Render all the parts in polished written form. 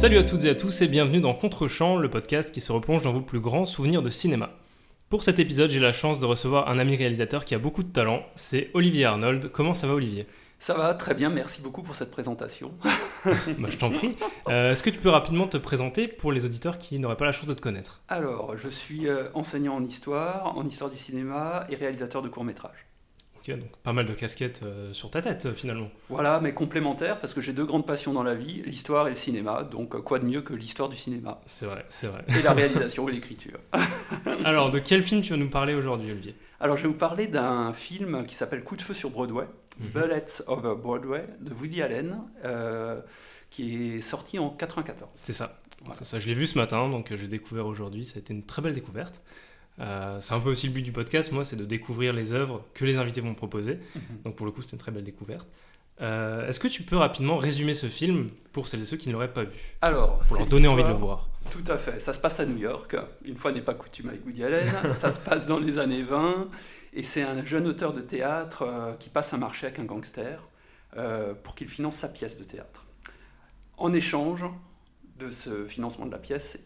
Salut à toutes et à tous et bienvenue dans Contre-champ, le podcast qui se replonge dans vos plus grands souvenirs de cinéma. Pour cet épisode, j'ai la chance de recevoir un ami réalisateur qui a beaucoup de talent, c'est Olivier Arnold. Comment ça va Olivier ? Ça va, très bien, merci beaucoup pour cette présentation. Je t'en prie. Est-ce que tu peux rapidement te présenter pour les auditeurs qui n'auraient pas la chance de te connaître ? Alors, je suis enseignant en histoire du cinéma et réalisateur de courts-métrages. Ok, donc pas mal de casquettes sur ta tête finalement. Voilà, mais complémentaires, parce que j'ai deux grandes passions dans la vie, l'histoire et le cinéma, donc quoi de mieux que l'histoire du cinéma ? C'est vrai. Et la réalisation et l'écriture. Alors, de quel film tu vas nous parler aujourd'hui Olivier ? Alors, je vais vous parler d'un film qui s'appelle Coup de feu sur Broadway, Bullets Over Broadway, de Woody Allen, qui est sorti en 1994. C'est ça. Voilà. Ça, je l'ai vu ce matin, donc j'ai découvert aujourd'hui, ça a été une très belle découverte. C'est un peu aussi le but du podcast, moi, c'est de découvrir les œuvres que les invités vont me proposer. Donc pour le coup, c'était une très belle découverte. Est-ce que tu peux rapidement résumer ce film pour celles et ceux qui ne l'auraient pas vu ? Alors, pour leur donner envie de le voir. Tout à fait. Ça se passe à New York. Une fois n'est pas coutume avec Woody Allen. Ça se passe dans les années 20. Et c'est un jeune auteur de théâtre qui passe un marché avec un gangster pour qu'il finance sa pièce de théâtre. En échange de ce financement de la pièce,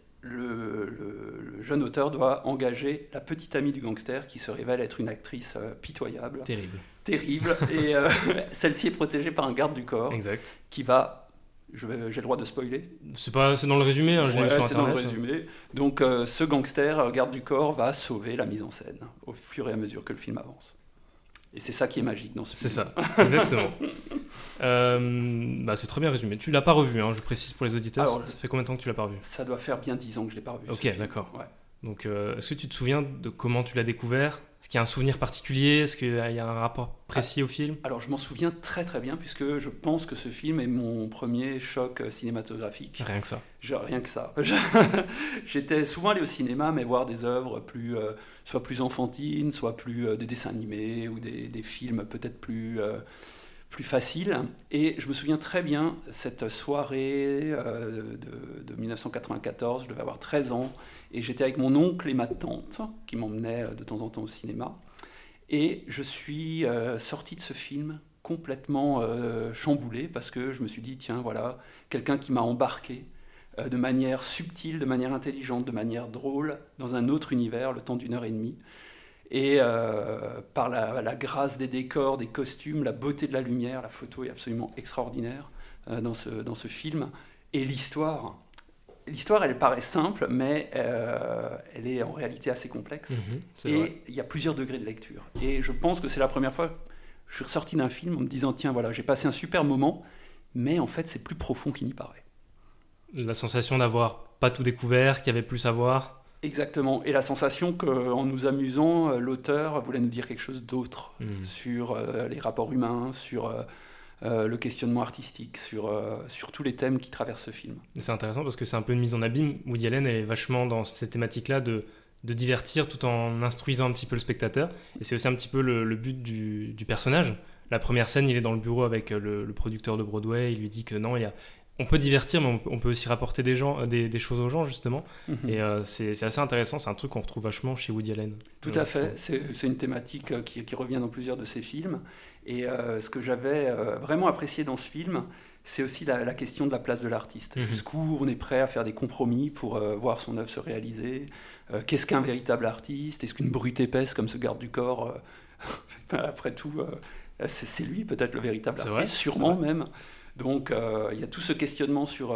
le jeune auteur doit engager la petite amie du gangster qui se révèle être une actrice pitoyable. Terrible. Et celle-ci est protégée par un garde du corps. Exact. Qui va... J'ai le droit de spoiler ? C'est dans le résumé, je l'ai vu sur c'est Internet. Dans le résumé. Donc ce gangster, garde du corps, va sauver la mise en scène au fur et à mesure que le film avance. Et c'est ça qui est magique dans ce film. C'est ça, exactement. C'est très bien résumé. Tu l'as pas revu, je précise pour les auditeurs. Alors, ça fait combien de temps que tu l'as pas revu ? Ça doit faire bien 10 ans que je l'ai pas revu. Ok, d'accord. Ouais. Donc, est-ce que tu te souviens de comment tu l'as découvert ? Est-ce qu'il y a un souvenir particulier ? Est-ce qu'il y a un rapport précis au film ? Alors, je m'en souviens très très bien, puisque je pense que ce film est mon premier choc cinématographique. Rien que ça. Rien que ça. J'étais souvent allé au cinéma, mais voir des œuvres soit plus enfantines, soit plus des dessins animés, ou des films peut-être plus faciles. Et je me souviens très bien, cette soirée de 1994, je devais avoir 13 ans, et j'étais avec mon oncle et ma tante, qui m'emmenaient de temps en temps au cinéma. Et je suis sorti de ce film complètement chamboulé, parce que je me suis dit, tiens, voilà, quelqu'un qui m'a embarqué de manière subtile, de manière intelligente, de manière drôle, dans un autre univers, le temps d'une heure et demie. Et par la grâce des décors, des costumes, la beauté de la lumière, la photo est absolument extraordinaire dans ce film. Et l'histoire, elle paraît simple, mais elle est en réalité assez complexe. Et il y a plusieurs degrés de lecture. Et je pense que c'est la première fois que je suis ressorti d'un film en me disant, tiens, voilà, j'ai passé un super moment, mais en fait, c'est plus profond qu'il n'y paraît. La sensation d'avoir pas tout découvert, qu'il y avait plus à voir. Exactement. Et la sensation qu'en nous amusant, l'auteur voulait nous dire quelque chose d'autre sur les rapports humains, sur le questionnement artistique, sur tous les thèmes qui traversent ce film. Et c'est intéressant parce que c'est un peu une mise en abîme. Woody Allen elle est vachement dans cette thématique-là de divertir tout en instruisant un petit peu le spectateur. Et c'est aussi un petit peu le but du personnage. La première scène, il est dans le bureau avec le producteur de Broadway. Il lui dit que non, on peut divertir, mais on peut aussi rapporter des choses aux gens, justement. Et c'est assez intéressant. C'est un truc qu'on retrouve vachement chez Woody Allen. Tout à fait. C'est une thématique qui revient dans plusieurs de ses films. Et ce que j'avais vraiment apprécié dans ce film, c'est aussi la question de la place de l'artiste. Jusqu'où on est prêt à faire des compromis pour voir son œuvre se réaliser. Qu'est-ce qu'un véritable artiste ? Est-ce qu'une brute épaisse comme ce garde du corps après tout, c'est lui peut-être le véritable artiste, sûrement même. Donc il y a tout ce questionnement sur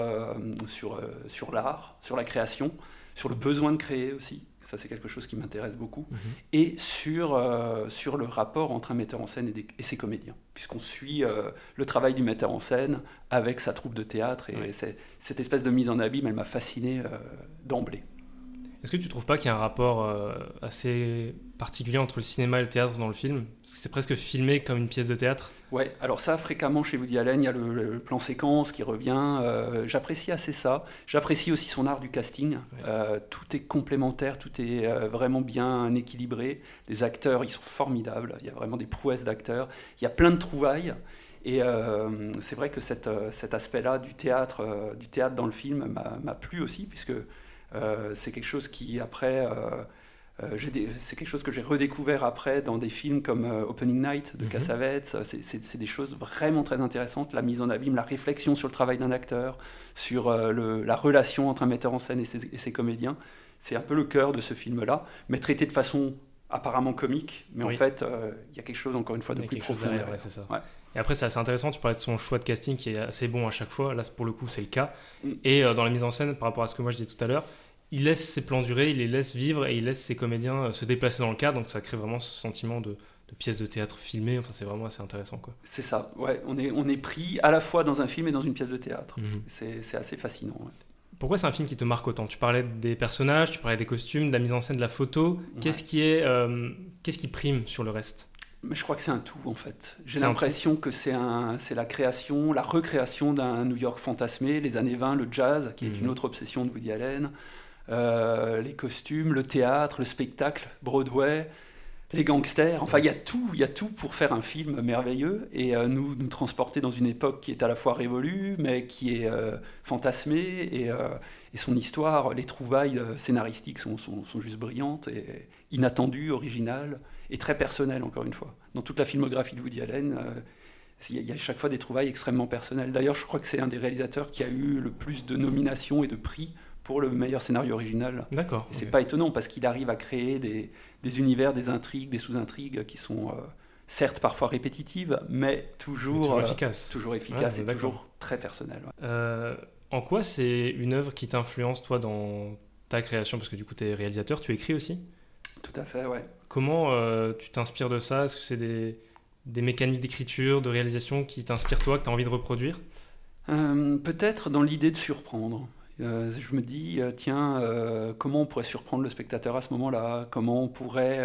l'art, sur la création, sur le besoin de créer aussi. Ça, c'est quelque chose qui m'intéresse beaucoup. Et sur le rapport entre un metteur en scène et ses comédiens. Puisqu'on suit le travail du metteur en scène avec sa troupe de théâtre. Et cette espèce de mise en abîme, elle m'a fasciné d'emblée. Est-ce que tu ne trouves pas qu'il y a un rapport assez particulier entre le cinéma et le théâtre dans le film ? Parce que c'est presque filmé comme une pièce de théâtre. Ouais, alors ça, fréquemment chez Woody Allen, il y a le plan séquence qui revient. J'apprécie assez ça. J'apprécie aussi son art du casting. Tout est complémentaire, tout est vraiment bien équilibré. Les acteurs, ils sont formidables. Il y a vraiment des prouesses d'acteurs. Il y a plein de trouvailles. Et c'est vrai que cet aspect-là du théâtre dans le film m'a plu aussi, puisque c'est quelque chose qui, après, C'est quelque chose que j'ai redécouvert après dans des films comme Opening Night de Mhm. Cassavetes. C'est des choses vraiment très intéressantes. La mise en abîme, la réflexion sur le travail d'un acteur, sur la relation entre un metteur en scène et ses comédiens. C'est un peu le cœur de ce film-là, mais traité de façon apparemment comique. Mais Oui. en fait, il y a quelque chose encore une fois Il de y a plus quelque chose profond derrière, derrière. ouais, c'est ça. Ouais. Et après, c'est assez intéressant, tu parlais de son choix de casting qui est assez bon à chaque fois. Là, pour le coup, c'est le cas. Mm. Et dans la mise en scène, par rapport à ce que moi je disais tout à l'heure, il laisse ses plans durer, il les laisse vivre et il laisse ses comédiens se déplacer dans le cadre. Donc ça crée vraiment ce sentiment de pièce de théâtre filmée. Enfin, c'est vraiment assez intéressant, quoi. C'est ça, ouais. On est pris à la fois dans un film et dans une pièce de théâtre. Mhm. C'est assez fascinant. Ouais. Pourquoi c'est un film qui te marque autant? Tu parlais des personnages, tu parlais des costumes, de la mise en scène, de la photo. Qu'est-ce qui prime sur le reste? Mais je crois que c'est un tout en fait. J'ai C'est un l'impression que c'est la création, la recréation d'un New York fantasmé, les années 20, le jazz, qui est une autre obsession de Woody Allen, les costumes, le théâtre, le spectacle, Broadway, les gangsters. Enfin, il y a tout pour faire un film merveilleux et nous transporter dans une époque qui est à la fois révolue, mais qui est fantasmée et son histoire, les trouvailles scénaristiques sont juste brillantes et inattendues, originales. Et très personnel, encore une fois. Dans toute la filmographie de Woody Allen, il y a à chaque fois des trouvailles extrêmement personnelles. D'ailleurs, je crois que c'est un des réalisateurs qui a eu le plus de nominations et de prix pour le meilleur scénario original. D'accord. Et c'est Ok. pas étonnant, parce qu'il arrive à créer des univers, des intrigues, des sous-intrigues qui sont certes parfois répétitives, mais toujours efficace. toujours efficaces Ouais, et d'accord. toujours très personnelles. Ouais. En quoi c'est une œuvre qui t'influence, toi, dans ta création? Parce que du coup, tu es réalisateur, tu écris aussi. Tout à fait, ouais. Comment tu t'inspires de ça? Est-ce que c'est des mécaniques d'écriture, de réalisation qui t'inspirent toi, que tu as envie de reproduire? Peut-être dans l'idée de surprendre. Je me dis, tiens, comment on pourrait surprendre le spectateur à ce moment-là? Comment on pourrait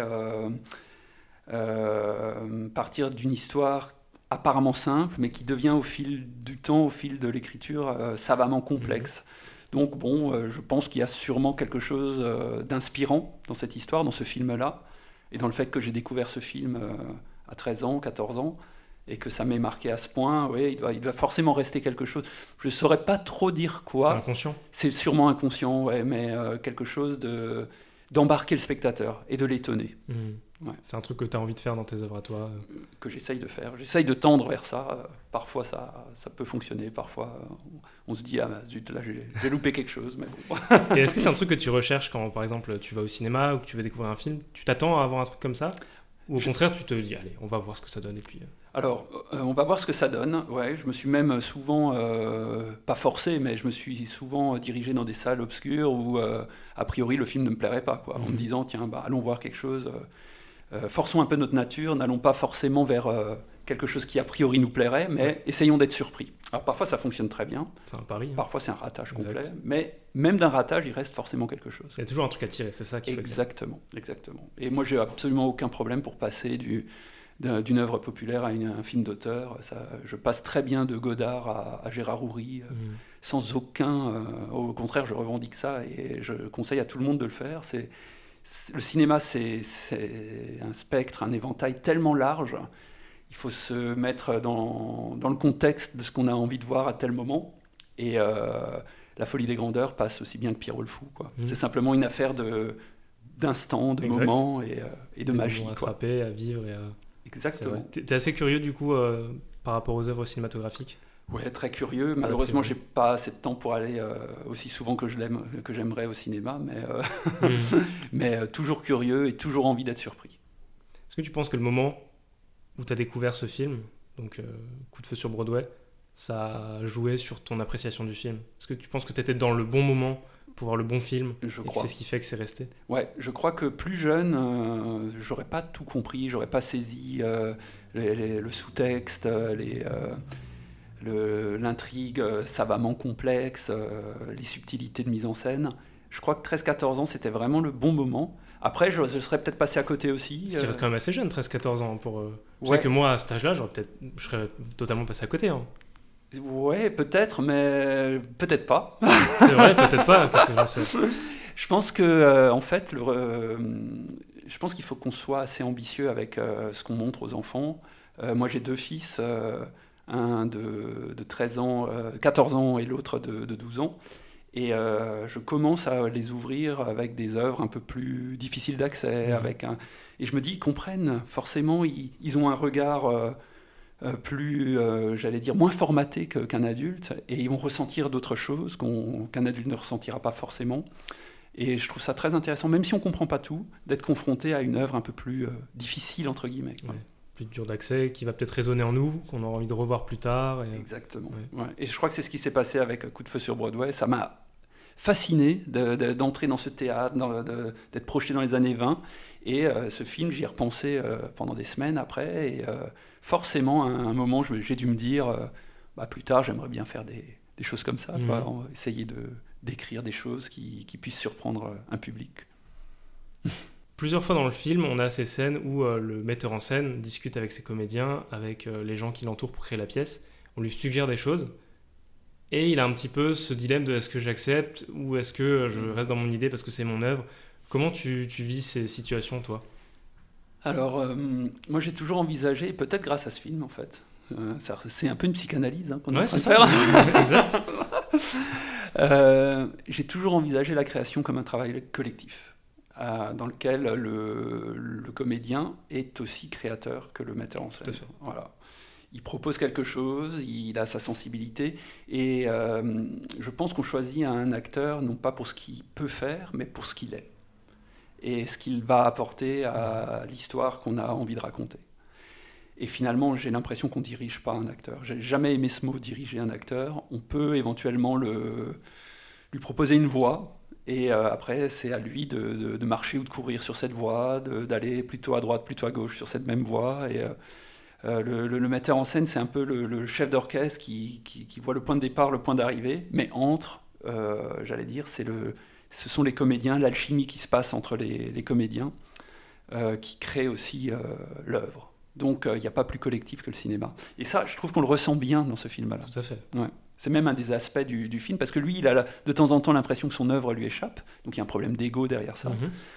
partir d'une histoire apparemment simple, mais qui devient au fil du temps, au fil de l'écriture, savamment complexe. Donc bon, je pense qu'il y a sûrement quelque chose d'inspirant dans cette histoire, dans ce film-là, et dans le fait que j'ai découvert ce film à 13 ans, 14 ans, et que ça m'ait marqué à ce point. Oui, il doit forcément rester quelque chose. Je ne saurais pas trop dire C'est quoi. inconscient. C'est sûrement inconscient, ouais, mais quelque chose d'embarquer le spectateur et de l'étonner, Ouais. C'est un truc que tu as envie de faire dans tes œuvres à toi. que j'essaye de faire. J'essaye de tendre vers ça. Parfois, ça peut fonctionner. Parfois, on se dit, ah bah, zut, là, j'ai loupé quelque chose. Mais bon. Et est-ce que c'est un truc que tu recherches quand, par exemple, tu vas au cinéma ou que tu veux découvrir un film? Tu t'attends à avoir un truc comme ça? Ou au contraire, tu te dis, allez, on va voir ce que ça donne et puis... Alors, on va voir ce que ça donne. Ouais, je me suis même souvent, pas forcé, mais je me suis souvent dirigé dans des salles obscures où, a priori, le film ne me plairait pas, quoi, en me disant, tiens, bah, allons voir quelque chose, forçons un peu notre nature, n'allons pas forcément vers quelque chose qui, a priori, nous plairait, mais essayons d'être surpris. Alors, parfois, ça fonctionne très bien, C'est un pari. parfois, c'est un ratage Exact. complet, mais même d'un ratage, il reste forcément quelque chose. Il y a toujours un truc à tirer, c'est ça qu'il faut dire. Exactement, exactement. Et moi, j'ai absolument aucun problème pour passer d'une œuvre populaire à un film d'auteur. Je passe très bien de Godard à Gérard Houry, sans aucun... au contraire, je revendique ça et je conseille à tout le monde de le faire. Le cinéma, c'est un spectre, un éventail tellement large. Il faut se mettre dans le contexte de ce qu'on a envie de voir à tel moment. Et La Folie des Grandeurs passe aussi bien que Pierrot le Fou, quoi. C'est simplement une affaire d'instant, de Exact. moment et de Des magie, moments à quoi. attraper, à vivre et à... Exactement. T'es assez curieux du coup par rapport aux œuvres cinématographiques? Ouais, très curieux. Malheureusement, j'ai pas assez de temps pour aller aussi souvent que j'aimerais au cinéma, mais toujours curieux et toujours envie d'être surpris. Est-ce que tu penses que le moment où tu as découvert ce film, donc Coup de feu sur Broadway, ça a joué sur ton appréciation du film? Est-ce que tu penses que tu étais dans le bon moment pour voir le bon film Je et que crois. c'est ce qui fait que c'est resté? Ouais, je crois que plus jeune, j'aurais pas tout compris, j'aurais pas saisi le sous-texte, l'intrigue savamment complexe, les subtilités de mise en scène. Je crois que 13-14 ans, c'était vraiment le bon moment. Après, je serais peut-être passé à côté aussi. Ce qui reste quand même assez jeune, 13-14 ans. Je Ouais. sais que moi, à cet âge-là, je serais totalement passé à côté. Hein. Ouais, peut-être, mais peut-être pas. C'est vrai, peut-être pas. Parce que je sais. Je pense que, en fait, je pense qu'il faut qu'on soit assez ambitieux avec ce qu'on montre aux enfants. Moi, j'ai deux fils, un de 13 ans, 14 ans et l'autre de 12 ans. Et je commence à les ouvrir avec des œuvres un peu plus difficiles d'accès. Et je me dis, ils comprennent, forcément, ils ont un regard plus, j'allais dire, moins formaté qu'un adulte, et ils vont ressentir d'autres choses qu'un adulte ne ressentira pas forcément. Et je trouve ça très intéressant, même si on ne comprend pas tout, d'être confronté à une œuvre un peu plus difficile, entre guillemets. Ouais. Plus dur d'accès, qui va peut-être résonner en nous, qu'on aura envie de revoir plus tard. Exactement. Ouais. Et je crois que c'est ce qui s'est passé avec Coup de feu sur Broadway. Ça m'a fasciné d'entrer dans ce théâtre, d'être projeté dans les années 20. Et ce film, j'y ai repensé pendant des semaines après. Et forcément, à un moment, j'ai dû me dire, plus tard, j'aimerais bien faire des choses comme ça. Quoi. Essayer d'écrire des choses qui puissent surprendre un public. Plusieurs fois dans le film, on a ces scènes où le metteur en scène discute avec ses comédiens, avec les gens qui l'entourent pour créer la pièce. On lui suggère des choses. Et il a un petit peu ce dilemme de est-ce que j'accepte ou est-ce que je reste dans mon idée parce que c'est mon œuvre. Comment tu vis ces situations, toi ? Alors, moi j'ai toujours envisagé, peut-être grâce à ce film en fait, c'est un peu une psychanalyse qu'on est en train de faire. Exact. J'ai toujours envisagé la création comme un travail collectif, dans lequel le comédien est aussi créateur que le metteur en scène. Tout à fait. Voilà. Il propose quelque chose, il a sa sensibilité, et je pense qu'on choisit un acteur non pas pour ce qu'il peut faire, mais pour ce qu'il est, et ce qu'il va apporter à l'histoire qu'on a envie de raconter. Et finalement, j'ai l'impression qu'on ne dirige pas un acteur. J'ai jamais aimé ce mot, diriger un acteur. On peut éventuellement lui proposer une voie, et après, c'est à lui de marcher ou de courir sur cette voie, d'aller plutôt à droite, plutôt à gauche sur cette même voie. Et le metteur en scène, c'est un peu le chef d'orchestre qui voit le point de départ, le point d'arrivée, mais j'allais dire, ce sont les comédiens, l'alchimie qui se passe entre les comédiens, qui crée aussi l'œuvre. Donc il n'y a pas plus collectif que le cinéma. Et ça, je trouve qu'on le ressent bien dans ce film-là. Tout à fait. Ouais. C'est même un des aspects du film, parce que lui, il a de temps en temps l'impression que son œuvre lui échappe, donc il y a un problème d'ego derrière ça.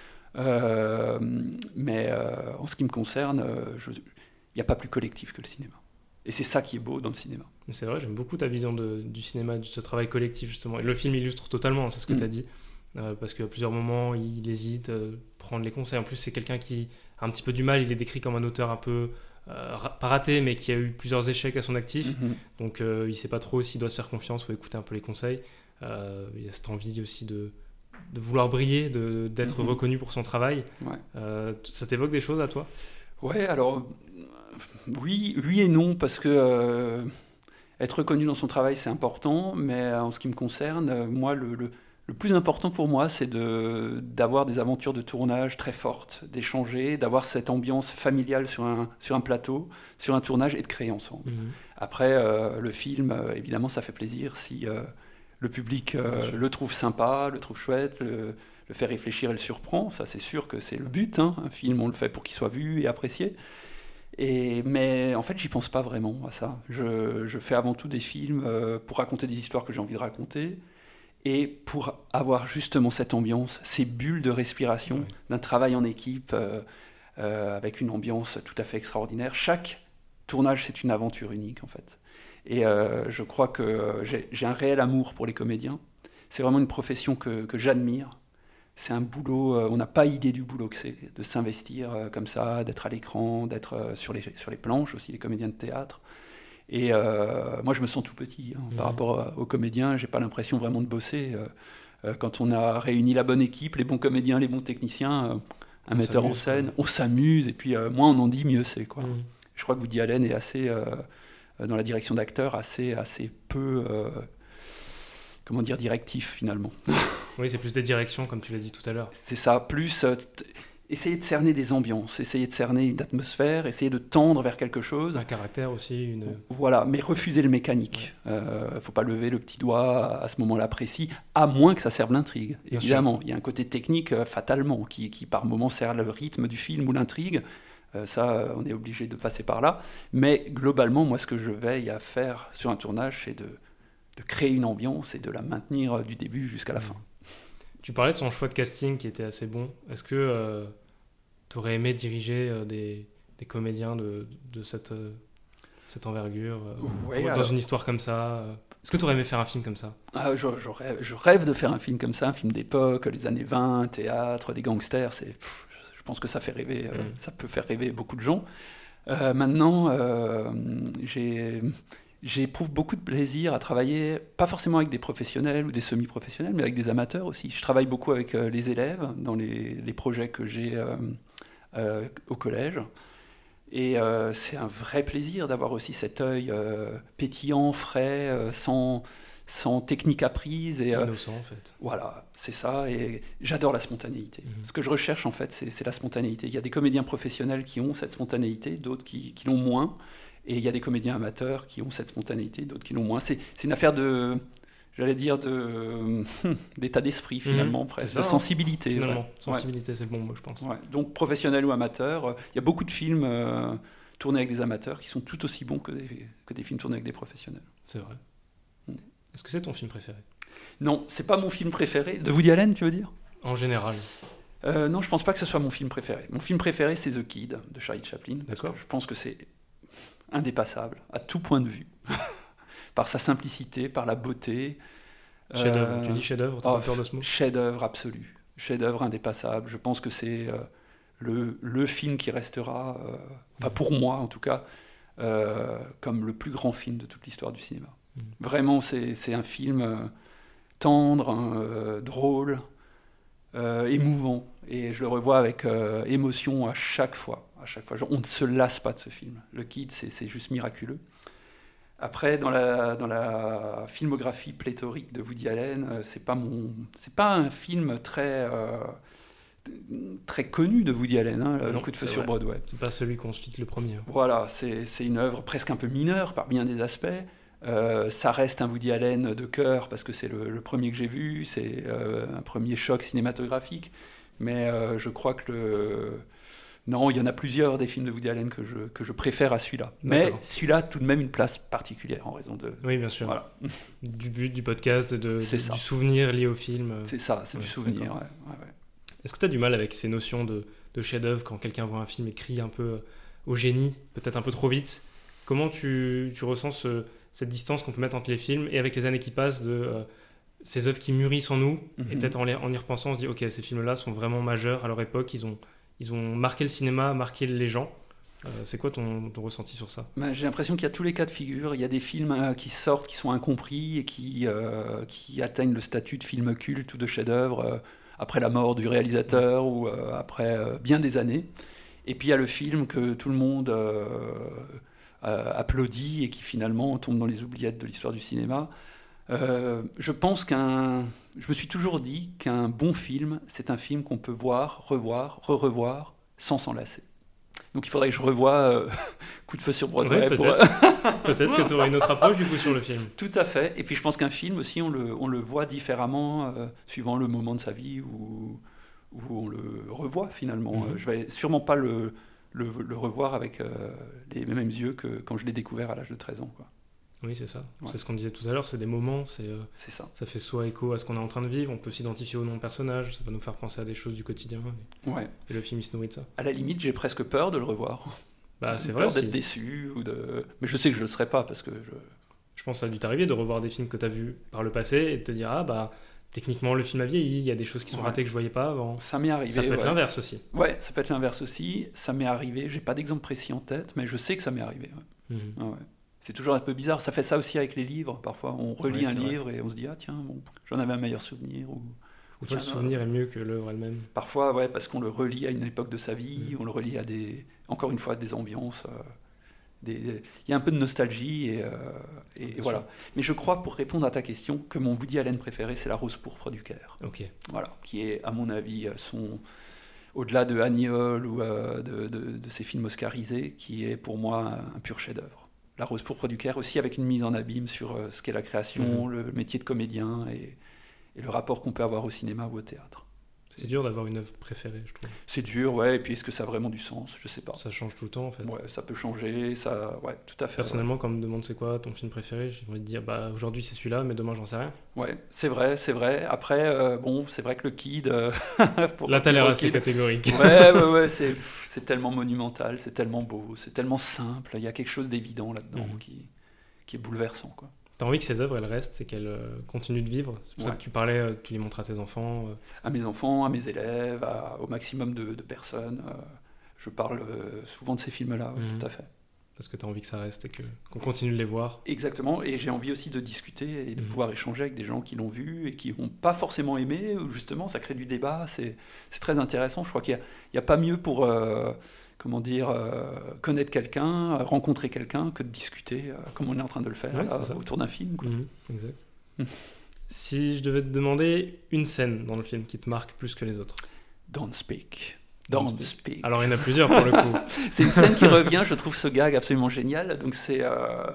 Mais en ce qui me concerne, il n'y a pas plus collectif que le cinéma. Et c'est ça qui est beau dans le cinéma. C'est vrai, j'aime beaucoup ta vision du cinéma, de ce travail collectif justement. Et le film illustre totalement, c'est ce que tu as dit. Parce qu'à plusieurs moments, il hésite, prendre les conseils. En plus, c'est quelqu'un qui a un petit peu du mal. Il est décrit comme un auteur un peu pas raté, mais qui a eu plusieurs échecs à son actif. Donc, il ne sait pas trop s'il doit se faire confiance ou écouter un peu les conseils. Il y a cette envie aussi de vouloir briller, d'être reconnu pour son travail. Ouais. Ça t'évoque des choses à toi ? Ouais, alors oui et non, parce que être reconnu dans son travail, c'est important, mais en ce qui me concerne, moi, le plus important pour moi, c'est d'avoir des aventures de tournage très fortes, d'échanger, d'avoir cette ambiance familiale sur un plateau, sur un tournage, et de créer ensemble. Après, le film, évidemment, ça fait plaisir si le public le trouve sympa, le trouve chouette, le fait réfléchir et le surprend. Ça, c'est sûr que c'est le but. Un film, on le fait pour qu'il soit vu et apprécié. Mais en fait, j'y pense pas vraiment à ça. Je fais avant tout des films pour raconter des histoires que j'ai envie de raconter, et pour avoir justement cette ambiance, ces bulles de respiration d'un travail en équipe avec une ambiance tout à fait extraordinaire. Chaque tournage, c'est une aventure unique en fait. Et je crois que j'ai un réel amour pour les comédiens. C'est vraiment une profession que j'admire. C'est un boulot, on n'a pas idée du boulot que c'est, de s'investir comme ça, d'être à l'écran, d'être sur les planches aussi, les comédiens de théâtre. Et moi, je me sens tout petit par rapport aux comédiens. J'ai pas l'impression vraiment de bosser. Quand on a réuni la bonne équipe, les bons comédiens, les bons techniciens, un metteur en scène, on s'amuse. Et puis, moins on en dit, mieux c'est, quoi. Je crois que Woody Allen est assez, dans la direction d'acteur, assez peu, directif, finalement. Oui, c'est plus des directions, comme tu l'as dit tout à l'heure. C'est ça, plus... essayer de cerner des ambiances, essayer de cerner une atmosphère, essayer de tendre vers quelque chose. Un caractère aussi. Voilà, mais refuser le mécanique. Faut pas lever le petit doigt à ce moment-là précis, à moins que ça serve l'intrigue. Bien évidemment, il y a un côté technique fatalement qui par moment sert le rythme du film ou l'intrigue. Ça, on est obligé de passer par là. Mais globalement, moi, ce que je veille à faire sur un tournage, c'est de créer une ambiance et de la maintenir du début jusqu'à la fin. Tu parlais de son choix de casting qui était assez bon. Est-ce que tu aurais aimé diriger des comédiens de cette envergure dans une histoire comme ça Est-ce que tu aurais aimé faire un film comme ça? Je rêve de faire un film comme ça, un film d'époque, les années 20, théâtre, des gangsters. Je pense que ça fait rêver, ça peut faire rêver beaucoup de gens. Maintenant, j'éprouve beaucoup de plaisir à travailler, pas forcément avec des professionnels ou des semi-professionnels, mais avec des amateurs aussi. Je travaille beaucoup avec les élèves dans les projets que j'ai au collège. Et c'est un vrai plaisir d'avoir aussi cet œil pétillant, frais, sans technique apprise. Et, Innocent, en fait. Voilà, c'est ça. Et j'adore la spontanéité. Ce que je recherche, en fait, c'est la spontanéité. Il y a des comédiens professionnels qui ont cette spontanéité, d'autres qui l'ont moins. Et il y a des comédiens amateurs qui ont cette spontanéité, d'autres qui l'ont moins. C'est une affaire de, j'allais dire, d'état d'esprit, finalement, presque, ça, de sensibilité. Finalement, ouais. sensibilité, c'est le bon mot, je pense. Ouais. Donc, professionnel ou amateur, il y a beaucoup de films tournés avec des amateurs qui sont tout aussi bons que des films tournés avec des professionnels. C'est vrai. Est-ce que c'est ton film préféré? Non, c'est pas mon film préféré. De Woody Allen, tu veux dire? En général. Non, je pense pas que ce soit mon film préféré. Mon film préféré, c'est The Kid, de Charlie Chaplin. D'accord. Je pense que c'est indépassable, à tout point de vue. Par sa simplicité, par la beauté. Chef-d'œuvre. Tu dis chef-d'œuvre, t'as pas peur de ce mot? Chef-d'œuvre absolu. Chef-d'œuvre indépassable. Je pense que c'est le film qui restera, pour moi en tout cas, comme le plus grand film de toute l'histoire du cinéma. Vraiment, c'est un film tendre, drôle, émouvant. Et je le revois avec émotion à chaque fois. On ne se lasse pas de ce film. Le Kid, c'est juste miraculeux. Après, dans la filmographie pléthorique de Woody Allen, c'est pas un film très connu de Woody Allen, Le Coup de feu sur Broadway. C'est pas celui qu'on cite le premier. Voilà, c'est une œuvre presque un peu mineure par bien des aspects. Ça reste un Woody Allen de cœur parce que c'est le premier que j'ai vu, c'est un premier choc cinématographique. Mais je crois que non, il y en a plusieurs des films de Woody Allen que je préfère à celui-là. Mais celui-là a tout de même une place particulière en raison de... Oui, bien sûr. Voilà. Du but du podcast et du souvenir lié au film. C'est ça, c'est du souvenir. Ouais. Est-ce que tu as du mal avec ces notions de chef-d'œuvre quand quelqu'un voit un film et crie un peu au génie, peut-être un peu trop vite? Comment tu ressens cette distance qu'on peut mettre entre les films et avec les années qui passent de ces œuvres qui mûrissent en nous et peut-être en y repensant on se dit ok, ces films-là sont vraiment majeurs à leur époque, ils ont marqué le cinéma, marqué les gens. C'est quoi ton ressenti sur ça? J'ai l'impression qu'il y a tous les cas de figure. Il y a des films qui sortent, qui sont incompris et qui atteignent le statut de film culte ou de chef-d'œuvre après la mort du réalisateur ou après bien des années. Et puis il y a le film que tout le monde applaudit et qui finalement tombe dans les oubliettes de l'histoire du cinéma. Je me suis toujours dit qu'un bon film, c'est un film qu'on peut voir, revoir, re-revoir, sans s'en lasser. Donc il faudrait que je revoie Coup de feu sur Broadway. Ouais, peut-être que tu aurais une autre approche du coup sur le film. Tout à fait. Et puis je pense qu'un film aussi, on le voit différemment suivant le moment de sa vie où on le revoit finalement. Je vais sûrement pas le revoir avec les mêmes yeux que quand je l'ai découvert à l'âge de 13 ans, quoi. Oui, c'est ça. Ouais. C'est ce qu'on disait tout à l'heure, c'est des moments, c'est ça. Ça fait soit écho à ce qu'on est en train de vivre, on peut s'identifier au nom de personnage, ça va nous faire penser à des choses du quotidien. Et le film, il se nourrit de ça. À la limite, j'ai presque peur de le revoir. C'est vrai peur d'être déçu. Mais je sais que je ne le serai pas parce que je pense que ça a dû t'arriver de revoir des films que tu as vus par le passé et de te dire techniquement le film a vieilli, il y a des choses qui sont ratées que je voyais pas avant. Ça m'est arrivé. Ça peut être l'inverse aussi. Ouais, ça peut être l'inverse aussi. Ça m'est arrivé. J'ai pas d'exemple précis en tête, mais je sais que ça m'est arrivé. C'est toujours un peu bizarre. Ça fait ça aussi avec les livres. Parfois, on relit un livre et on se dit tiens, j'en avais un meilleur souvenir. Ou le souvenir est mieux que l'œuvre elle-même. Parfois, parce qu'on le relit à une époque de sa vie, on le relit à encore une fois, des ambiances. Il y a un peu de nostalgie et voilà. Mais je crois, pour répondre à ta question, que mon Woody Allen préféré, c'est La Rose pourpre du Caire. Ok. Voilà, qui est, à mon avis, au-delà de Annie Hall ou de ses films oscarisés, qui est pour moi un pur chef-d'œuvre. La Rose pourpre du Caire, aussi avec une mise en abîme sur ce qu'est la création, le métier de comédien et le rapport qu'on peut avoir au cinéma ou au théâtre. C'est dur d'avoir une œuvre préférée, je trouve. C'est dur, et puis est-ce que ça a vraiment du sens? Je sais pas. Ça change tout le temps, en fait. Ouais, ça peut changer, tout à fait. Personnellement, quand on me demande c'est quoi ton film préféré, j'ai envie de dire aujourd'hui c'est celui-là, mais demain j'en sais rien. Ouais, c'est vrai. Après, c'est vrai que le Kid... Là, t'as l'air assez catégorique. Ouais, c'est tellement monumental, c'est tellement beau, c'est tellement simple, il y a quelque chose d'évident là-dedans qui est bouleversant, quoi. T'as envie que ces œuvres, elles restent et qu'elles continuent de vivre. C'est pour ça que tu parlais, tu les montres à tes enfants. À mes enfants, à mes élèves, au maximum de personnes. Je parle souvent de ces films-là, tout à fait. Parce que tu as envie que ça reste et qu'on continue de les voir. Exactement, et j'ai envie aussi de discuter et de pouvoir échanger avec des gens qui l'ont vu et qui n'ont pas forcément aimé, ou justement ça crée du débat, c'est très intéressant. Je crois qu'il n'y a pas mieux pour connaître quelqu'un, rencontrer quelqu'un, que de discuter comme on est en train de le faire autour d'un film. Quoi. Exact. Si je devais te demander une scène dans le film qui te marque plus que les autres. Don't Speak. Don't Speak. Alors il y en a plusieurs pour le coup. C'est une scène qui revient, je trouve ce gag absolument génial. Donc c'est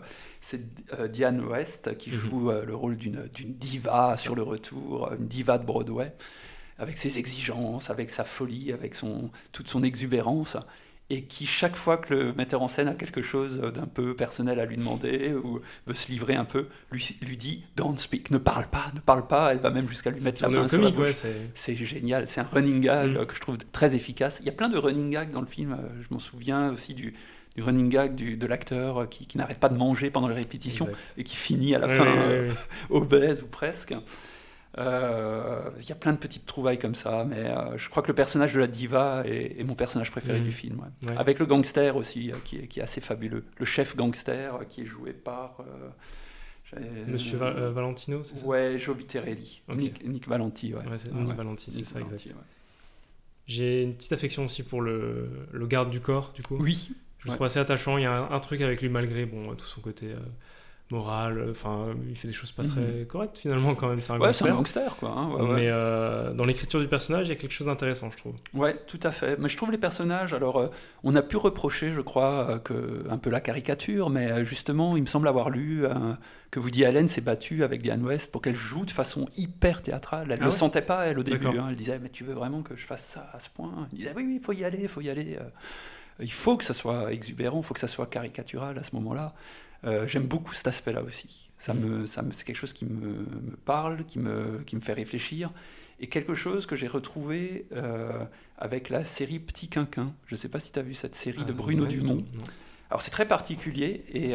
Diane West qui joue le rôle d'une diva sur le retour, une diva de Broadway, avec ses exigences, avec sa folie, avec toute son exubérance, et qui, chaque fois que le metteur en scène a quelque chose d'un peu personnel à lui demander ou veut se livrer un peu, lui dit « Don't speak », ne parle pas, elle va même jusqu'à lui mettre la main sur la bouche. C'est génial, c'est un running gag que je trouve très efficace. Il y a plein de running gags dans le film, je m'en souviens aussi du running gag de l'acteur qui n'arrête pas de manger pendant les répétitions et qui finit à la fin obèse ou presque. Il y a plein de petites trouvailles comme ça, mais je crois que le personnage de la diva est mon personnage préféré du film. Avec le gangster aussi, qui est assez fabuleux. Le chef gangster qui est joué par... Monsieur Valentino, c'est ça? Ouais, Joe Viterelli. Okay. Nick Valenti, Nick Valenti, c'est ça, exact. J'ai une petite affection aussi pour le garde du corps, du coup. Oui. Je le trouve assez attachant. Il y a un truc avec lui, malgré tout son côté... moral, il fait des choses pas très correctes finalement quand même, c'est un gangster. C'est un gangster quoi. Mais dans l'écriture du personnage, il y a quelque chose d'intéressant, je trouve. Ouais, tout à fait. Mais je trouve les personnages, alors on a pu reprocher, je crois, un peu la caricature, mais justement, il me semble avoir lu que Woody Allen s'est battu avec Diane West pour qu'elle joue de façon hyper théâtrale. Elle ne le sentait pas, elle, au début. Elle disait, mais tu veux vraiment que je fasse ça à ce point? Il disait, oui, il faut y aller. Il faut que ça soit exubérant, il faut que ça soit caricatural à ce moment-là. J'aime beaucoup cet aspect-là aussi. C'est quelque chose qui me parle, qui me fait réfléchir, et quelque chose que j'ai retrouvé avec la série Petit Quinquin. Je ne sais pas si tu as vu cette série de Bruno Dumont. Alors c'est très particulier, et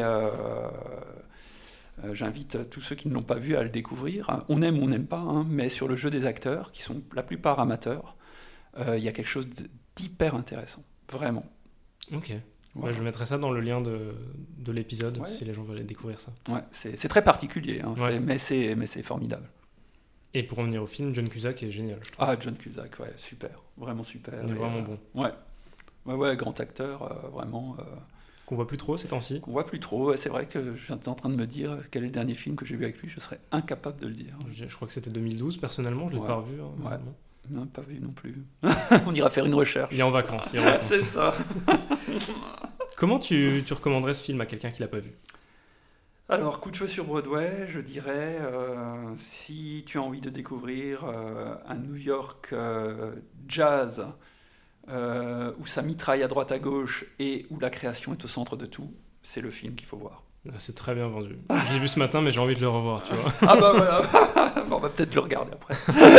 j'invite tous ceux qui ne l'ont pas vu à le découvrir. On aime ou on n'aime pas, mais sur le jeu des acteurs, qui sont la plupart amateurs, il y a quelque chose d'hyper intéressant, vraiment. Ok. Voilà. Ouais, je mettrai ça dans le lien de l'épisode, si les gens veulent découvrir ça. Ouais, c'est très particulier, mais c'est formidable. Et pour revenir au film, John Cusack est génial, je trouve. Ah, John Cusack, super, vraiment super. Il est vraiment bon. Ouais, grand acteur, vraiment. Qu'on voit plus trop ces temps-ci. Qu'on voit plus trop, c'est vrai que je suis en train de me dire quel est le dernier film que j'ai vu avec lui, je serais incapable de le dire. Je crois que c'était 2012, personnellement, je ne l'ai pas revu. Non, pas vu non plus. On ira faire une recherche. Il est en vacances. C'est ça. Comment tu recommanderais ce film à quelqu'un qui l'a pas vu? Alors, Coup de feu sur Broadway, je dirais, si tu as envie de découvrir un New York jazz où ça mitraille à droite à gauche et où la création est au centre de tout, c'est le film qu'il faut voir. C'est très bien vendu. Je l'ai vu ce matin, mais j'ai envie de le revoir, tu vois. Ah bah voilà. Bon, on va peut-être le regarder après.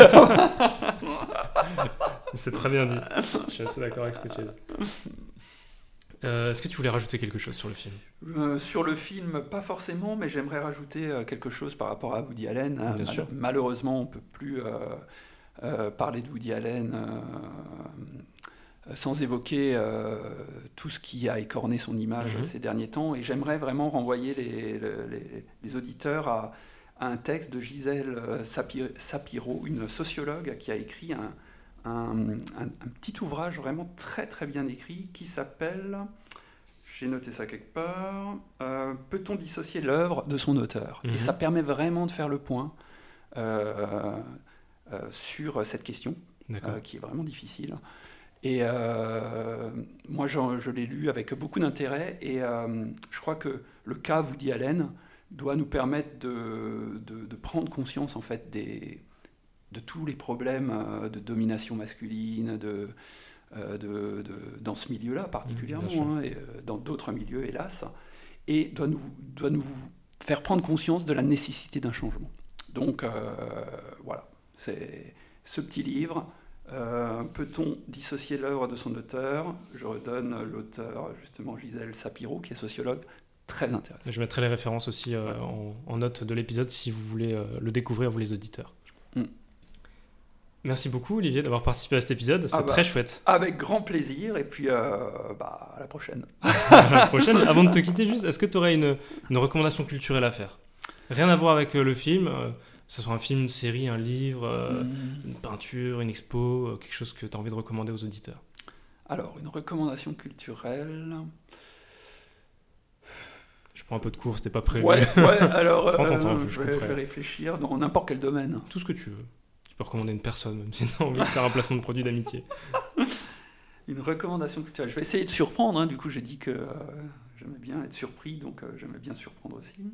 C'est très bien dit. Je suis assez d'accord avec ce que tu as dit. Est-ce que tu voulais rajouter quelque chose sur le film? Sur le film, pas forcément, mais j'aimerais rajouter quelque chose par rapport à Woody Allen. Bien sûr. Malheureusement, on ne peut plus parler de Woody Allen sans évoquer tout ce qui a écorné son image ces derniers temps. Et j'aimerais vraiment renvoyer les auditeurs à un texte de Gisèle Sapiro, une sociologue qui a écrit un petit ouvrage vraiment très très bien écrit qui s'appelle, j'ai noté ça quelque part, Peut-on dissocier l'œuvre de son auteur? Et ça permet vraiment de faire le point sur cette question qui est vraiment difficile. Et moi, je l'ai lu avec beaucoup d'intérêt, et je crois que le cas Woody Allen doit nous permettre de prendre conscience en fait de tous les problèmes de domination masculine, dans ce milieu-là particulièrement, et dans d'autres milieux, hélas, et doit nous faire prendre conscience de la nécessité d'un changement. Donc, voilà, c'est ce petit livre. Peut-on dissocier l'œuvre de son auteur? Je redonne l'auteur, justement, Gisèle Sapiro, qui est sociologue. très intéressant. Je mettrai les références aussi en note de l'épisode si vous voulez le découvrir, vous les auditeurs. Merci beaucoup Olivier d'avoir participé à cet épisode, c'est très chouette. Avec grand plaisir, et puis à la prochaine. À la prochaine. Avant de te quitter, juste, est-ce que tu aurais une recommandation culturelle à faire ? Rien à voir avec le film, que ce soit un film, une série, un livre, une peinture, une expo, quelque chose que tu as envie de recommander aux auditeurs. Alors, une recommandation culturelle... Je prends un peu de cours, c'était pas prévu. Ouais, alors Prends ton temps, je vais réfléchir dans n'importe quel domaine. Tout ce que tu veux. Tu peux recommander une personne, même si tu as envie de faire un placement de produit d'amitié. Une recommandation culturelle. Je vais essayer de surprendre, hein. Du coup j'ai dit que j'aimais bien être surpris, donc j'aimais bien surprendre aussi.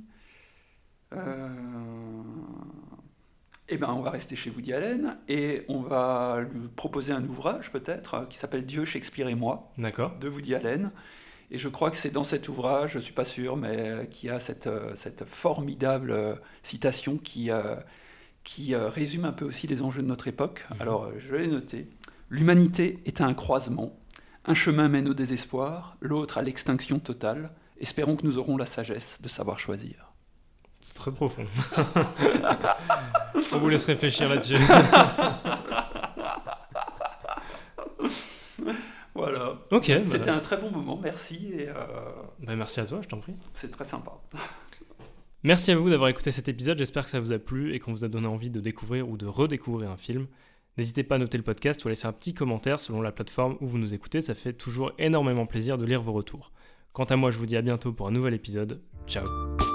Eh ben, on va rester chez Woody Allen et on va lui proposer un ouvrage peut-être qui s'appelle Dieu, Shakespeare et moi, D'accord. de Woody Allen. Et je crois que c'est dans cet ouvrage, je ne suis pas sûr, mais qui a cette formidable citation qui résume un peu aussi les enjeux de notre époque. Alors, je l'ai noté. L'humanité est à un croisement. Un chemin mène au désespoir, l'autre à l'extinction totale. Espérons que nous aurons la sagesse de savoir choisir. C'est très profond. On vous laisse réfléchir là-dessus. Voilà. Ok. C'était un très bon moment, merci. Et merci à toi, je t'en prie. C'est très sympa. Merci à vous d'avoir écouté cet épisode, j'espère que ça vous a plu et qu'on vous a donné envie de découvrir ou de redécouvrir un film. N'hésitez pas à noter le podcast ou à laisser un petit commentaire selon la plateforme où vous nous écoutez, ça fait toujours énormément plaisir de lire vos retours. Quant à moi, je vous dis à bientôt pour un nouvel épisode. Ciao.